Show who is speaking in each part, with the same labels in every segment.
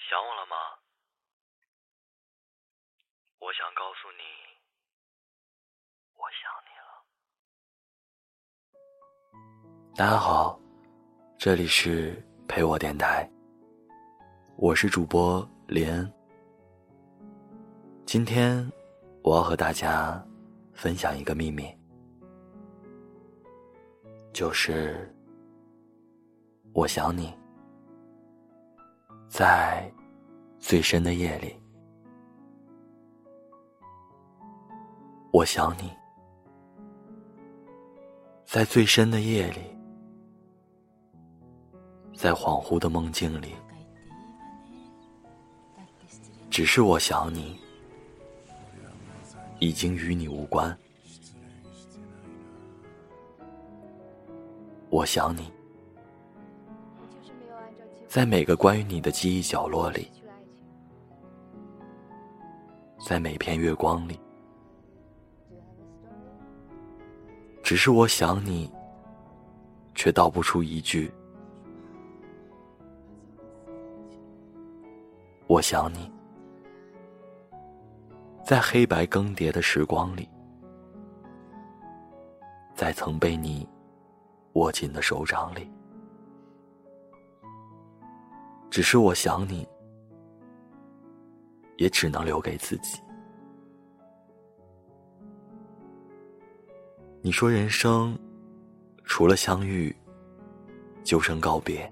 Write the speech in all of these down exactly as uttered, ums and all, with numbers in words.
Speaker 1: 想我了吗？我想告诉你，我想你了。
Speaker 2: 大家好，这里是陪我电台，我是主播林恩。今天我要和大家分享一个秘密，就是我想你，在最深的夜里，我想你，在最深的夜里，在恍惚的梦境里，只是我想你，已经与你无关。我想你，在每个关于你的记忆角落里，在每片月光里，只是我想你，却道不出一句。我想你，在黑白更迭的时光里，在曾被你握紧的手掌里，只是我想你，也只能留给自己。你说人生除了相遇，就剩告别，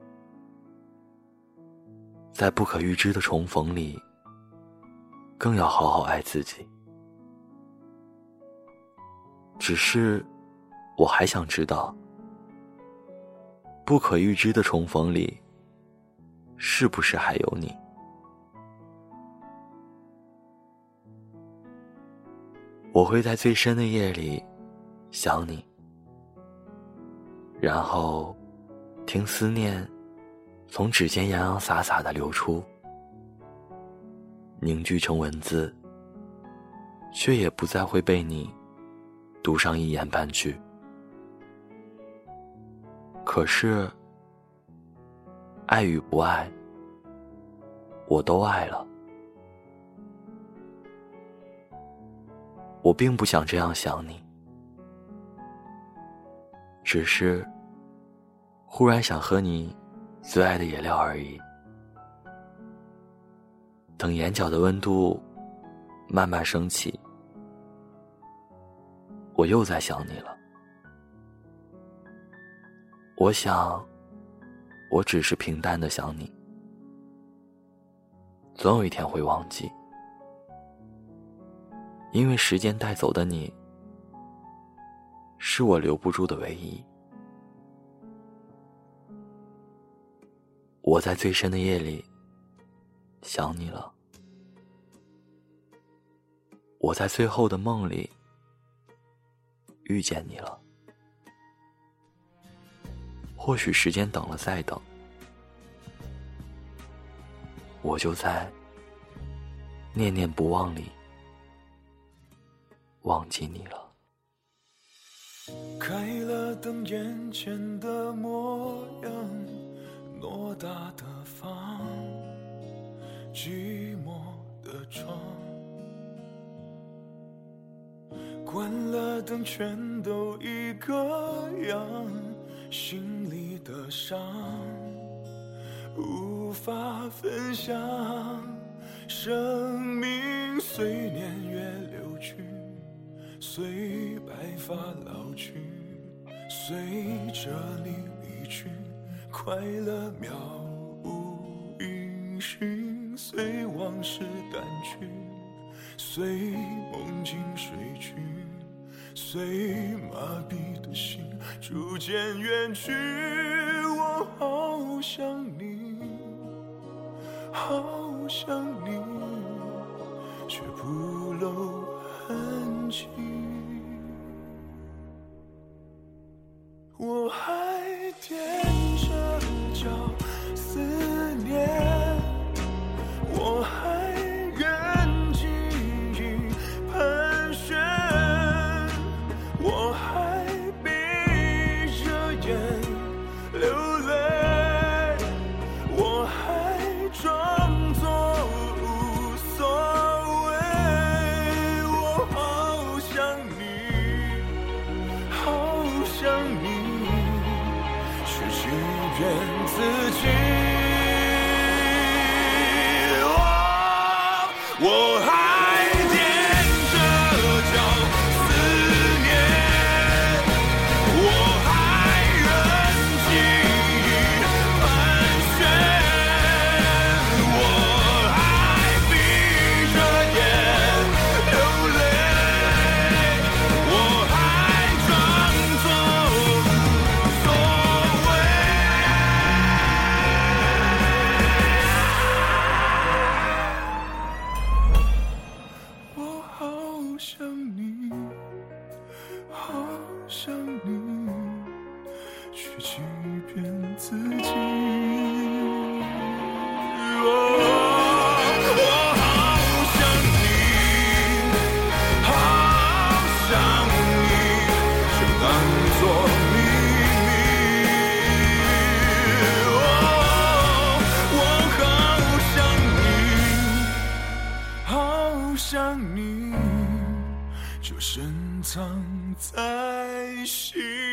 Speaker 2: 在不可预知的重逢里，更要好好爱自己。只是我还想知道，不可预知的重逢里，是不是还有你？我会在最深的夜里想你，然后听思念从指尖洋洋洒洒地流出，凝聚成文字，却也不再会被你读上一言半句。可是爱与不爱，我都爱了。我并不想这样想你，只是忽然想喝你最爱的饮料而已。等眼角的温度慢慢升起，我又在想你了。我想我只是平淡的想你，总有一天会忘记，因为时间带走的你，是我留不住的唯一。我在最深的夜里想你了，我在最后的梦里遇见你了。或许时间等了再等，我就在念念不忘里忘记你了。
Speaker 3: 开了灯，眼前的模样，偌大的房，寂寞的床，关了灯全都一个样，心里的伤无法分享，生命随年月流去，随白发老去，随着你离去，快乐渺无音讯，随往事淡去，随梦境睡去，随麻痹的心逐渐远去。我好想你，好想你，却不露痕迹。我还踮着脚思念，我还任记忆盘旋，我还闭着眼流泪，我还装骗自己。我我还踮着脚思念，我还任记忆盘旋，我还闭着眼流泪，我还装作无所谓。我好想你，好想你，却欺骗自己。哦，我好想你，好想你，就当作秘密。哦，我好想你，好想你，就深藏在心。